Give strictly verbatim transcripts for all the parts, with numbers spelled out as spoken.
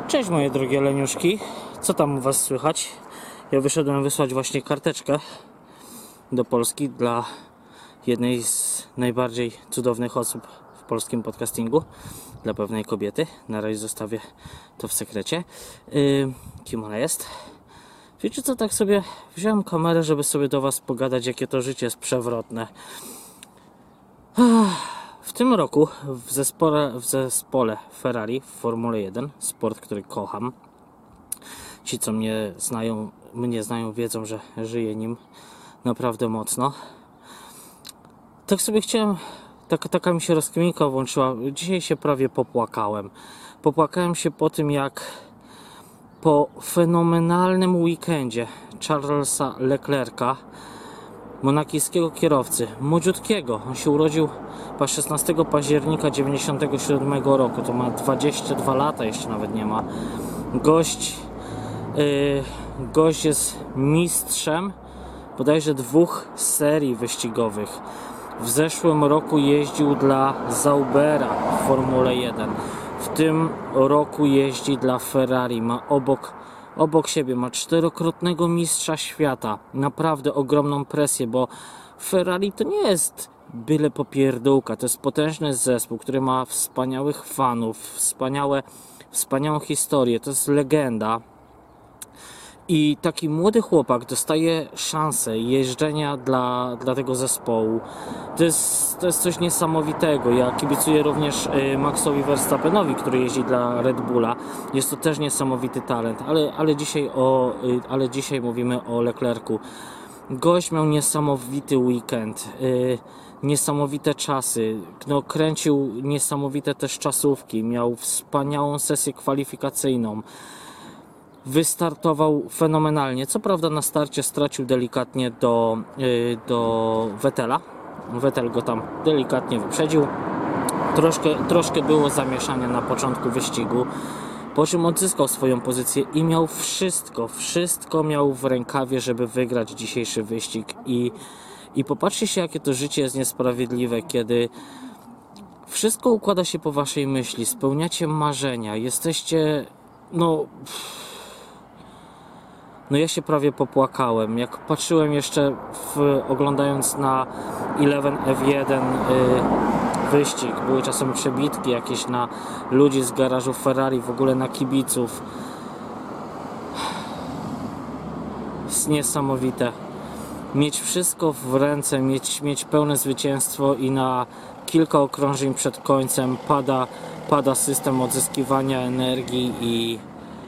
Cześć moje drogie leniuszki, co tam u was słychać? Ja wyszedłem wysłać właśnie karteczkę do Polski dla jednej z najbardziej cudownych osób w polskim podcastingu, dla pewnej kobiety. Na razie zostawię to w sekrecie. Yy, kim ona jest? Wiecie co, tak sobie wziąłem kamerę, żeby sobie do was pogadać, jakie to życie jest przewrotne. W tym roku w zespole, w zespole Ferrari w Formule jeden, sport, który kocham. Ci, co mnie znają, mnie znają, wiedzą, że żyję nim naprawdę mocno. Tak sobie chciałem, taka, taka mi się rozkminka włączyła. Dzisiaj się prawie popłakałem. Popłakałem się po tym, jak po fenomenalnym weekendzie Charlesa Leclerca, monakijskiego kierowcy, młodziutkiego. On się urodził szesnastego października dziewięćdziesiątego siódmego roku. To ma dwadzieścia dwa lata, jeszcze nawet nie ma. Gość, yy, gość jest mistrzem bodajże dwóch serii wyścigowych. W zeszłym roku jeździł dla Saubera w Formule jeden. W tym roku jeździ dla Ferrari. Ma obok Obok siebie ma czterokrotnego mistrza świata. Naprawdę ogromną presję, bo Ferrari to nie jest byle popierdółka. To jest potężny zespół, który ma wspaniałych fanów, wspaniałe, wspaniałą historię. To jest legenda. I taki młody chłopak dostaje szansę jeżdżenia dla, dla tego zespołu. To jest, to jest coś niesamowitego. Ja kibicuję również Maxowi Verstappenowi, który jeździ dla Red Bulla. Jest to też niesamowity talent, ale, ale, dzisiaj, o, ale dzisiaj mówimy o Leclercu. Gość miał niesamowity weekend, yy, niesamowite czasy, no, kręcił niesamowite też czasówki, miał wspaniałą sesję kwalifikacyjną. Wystartował fenomenalnie. Co prawda na starcie stracił delikatnie do, yy, do Vettela. Vettel go tam delikatnie wyprzedził. Troszkę, troszkę było zamieszania na początku wyścigu, po czym odzyskał swoją pozycję i miał wszystko, wszystko miał w rękawie, żeby wygrać dzisiejszy wyścig. I, i popatrzcie się, jakie to życie jest niesprawiedliwe, kiedy wszystko układa się po waszej myśli, spełniacie marzenia, jesteście, no... No ja się prawie popłakałem. Jak patrzyłem jeszcze w, oglądając na Eleven F jeden yy, wyścig, były czasem przebitki jakieś na ludzi z garażu Ferrari, w ogóle na kibiców. Jest niesamowite. Mieć wszystko w ręce, mieć, mieć pełne zwycięstwo i na kilka okrążeń przed końcem pada, pada system odzyskiwania energii i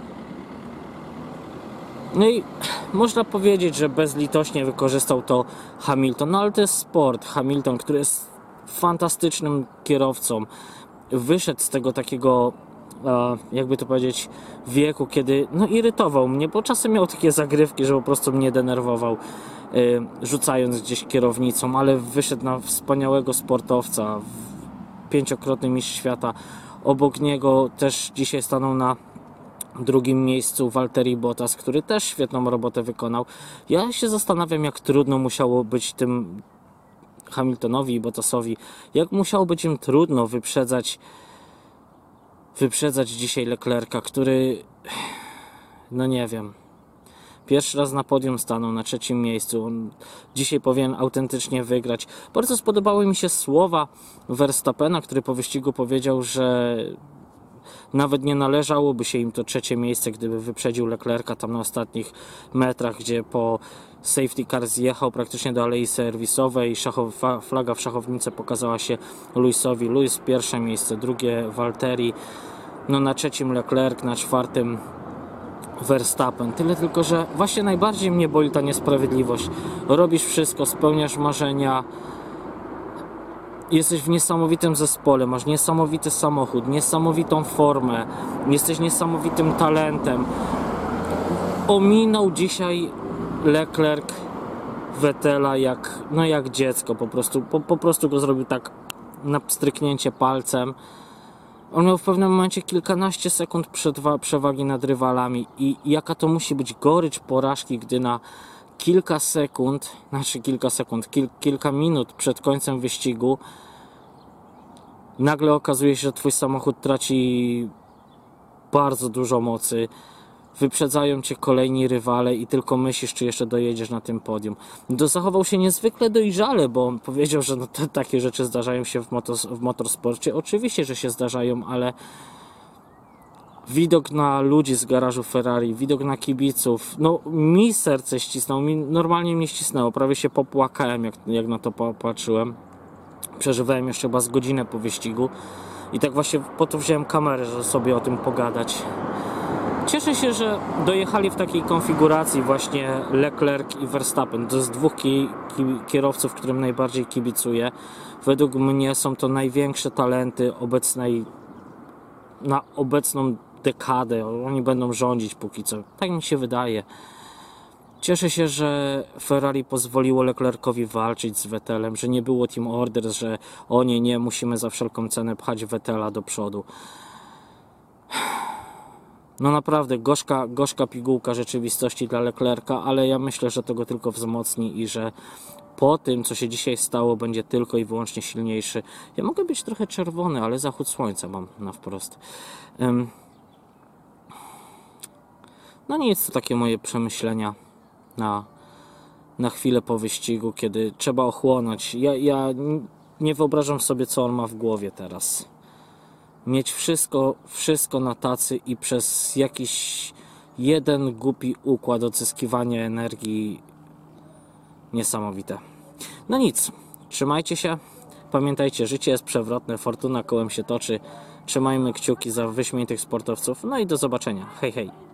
no i można powiedzieć, że bezlitośnie wykorzystał to Hamilton, no ale to jest sport. Hamilton, który jest fantastycznym kierowcą, wyszedł z tego takiego, jakby to powiedzieć, wieku, kiedy no irytował mnie, bo czasem miał takie zagrywki, że po prostu mnie denerwował, rzucając gdzieś kierownicą, ale wyszedł na wspaniałego sportowca, pięciokrotny mistrz świata. Obok niego też dzisiaj stanął na drugim miejscu Valtteri Bottas, który też świetną robotę wykonał. Ja się zastanawiam, jak trudno musiało być tym Hamiltonowi i Bottasowi, jak musiało być im trudno wyprzedzać wyprzedzać dzisiaj Leclerca, który, no nie wiem, pierwszy raz na podium stanął na trzecim miejscu. On dzisiaj powinien autentycznie wygrać. Bardzo spodobały mi się słowa Verstappena, który po wyścigu powiedział, że nawet nie należałoby się im to trzecie miejsce, gdyby wyprzedził Leclerca tam na ostatnich metrach, gdzie po safety car zjechał praktycznie do alei serwisowej. Szachowa, flaga w szachownicy pokazała się Lewisowi. Lewis pierwsze miejsce, drugie Valtteri, no na trzecim Leclerc, na czwartym Verstappen. Tyle tylko, że właśnie najbardziej mnie boli ta niesprawiedliwość. Robisz wszystko, spełniasz marzenia, jesteś w niesamowitym zespole, masz niesamowity samochód, niesamowitą formę, jesteś niesamowitym talentem. Ominął dzisiaj Leclerc Vettela jak, no jak dziecko, po prostu, po, po prostu go zrobił tak na stryknięcie palcem. On miał w pewnym momencie kilkanaście sekund przewagi nad rywalami i jaka to musi być gorycz porażki, gdy na kilka sekund, znaczy kilka sekund, kil, kilka minut przed końcem wyścigu nagle okazuje się, że twój samochód traci bardzo dużo mocy. Wyprzedzają cię kolejni rywale i tylko myślisz, czy jeszcze dojedziesz na tym podium. Do, zachował się niezwykle dojrzale, bo on powiedział, że no te, takie rzeczy zdarzają się w, motos, w motorsporcie. Oczywiście, że się zdarzają, ale widok na ludzi z garażu Ferrari, widok na kibiców, no mi serce ścisnął, mi normalnie mnie ścisnęło, prawie się popłakałem, jak, jak na to popatrzyłem. Przeżywałem jeszcze chyba z godzinę po wyścigu i tak właśnie po to wziąłem kamerę, żeby sobie o tym pogadać. Cieszę się, że dojechali w takiej konfiguracji właśnie Leclerc i Verstappen. To jest dwóch ki ki kierowców, którym najbardziej kibicuję. Według mnie są to największe talenty obecnej, na obecną dekadę. Oni będą rządzić póki co. Tak mi się wydaje. Cieszę się, że Ferrari pozwoliło Leclercowi walczyć z Vettelem, że nie było team orders, że o nie, nie, musimy za wszelką cenę pchać Vettela do przodu. No naprawdę gorzka, gorzka pigułka rzeczywistości dla Leclerca, ale ja myślę, że to go tylko wzmocni i że po tym, co się dzisiaj stało, będzie tylko i wyłącznie silniejszy. Ja mogę być trochę czerwony, ale zachód słońca mam na wprost. Um, no nic, to takie moje przemyślenia na, na chwilę po wyścigu, kiedy trzeba ochłonąć. Ja, ja nie wyobrażam sobie, co on ma w głowie teraz. Mieć wszystko, wszystko na tacy i przez jakiś jeden głupi układ odzyskiwania energii niesamowite. No nic, trzymajcie się. Pamiętajcie, życie jest przewrotne, fortuna kołem się toczy. Trzymajmy kciuki za wyśmienitych sportowców. No i do zobaczenia. Hej, hej.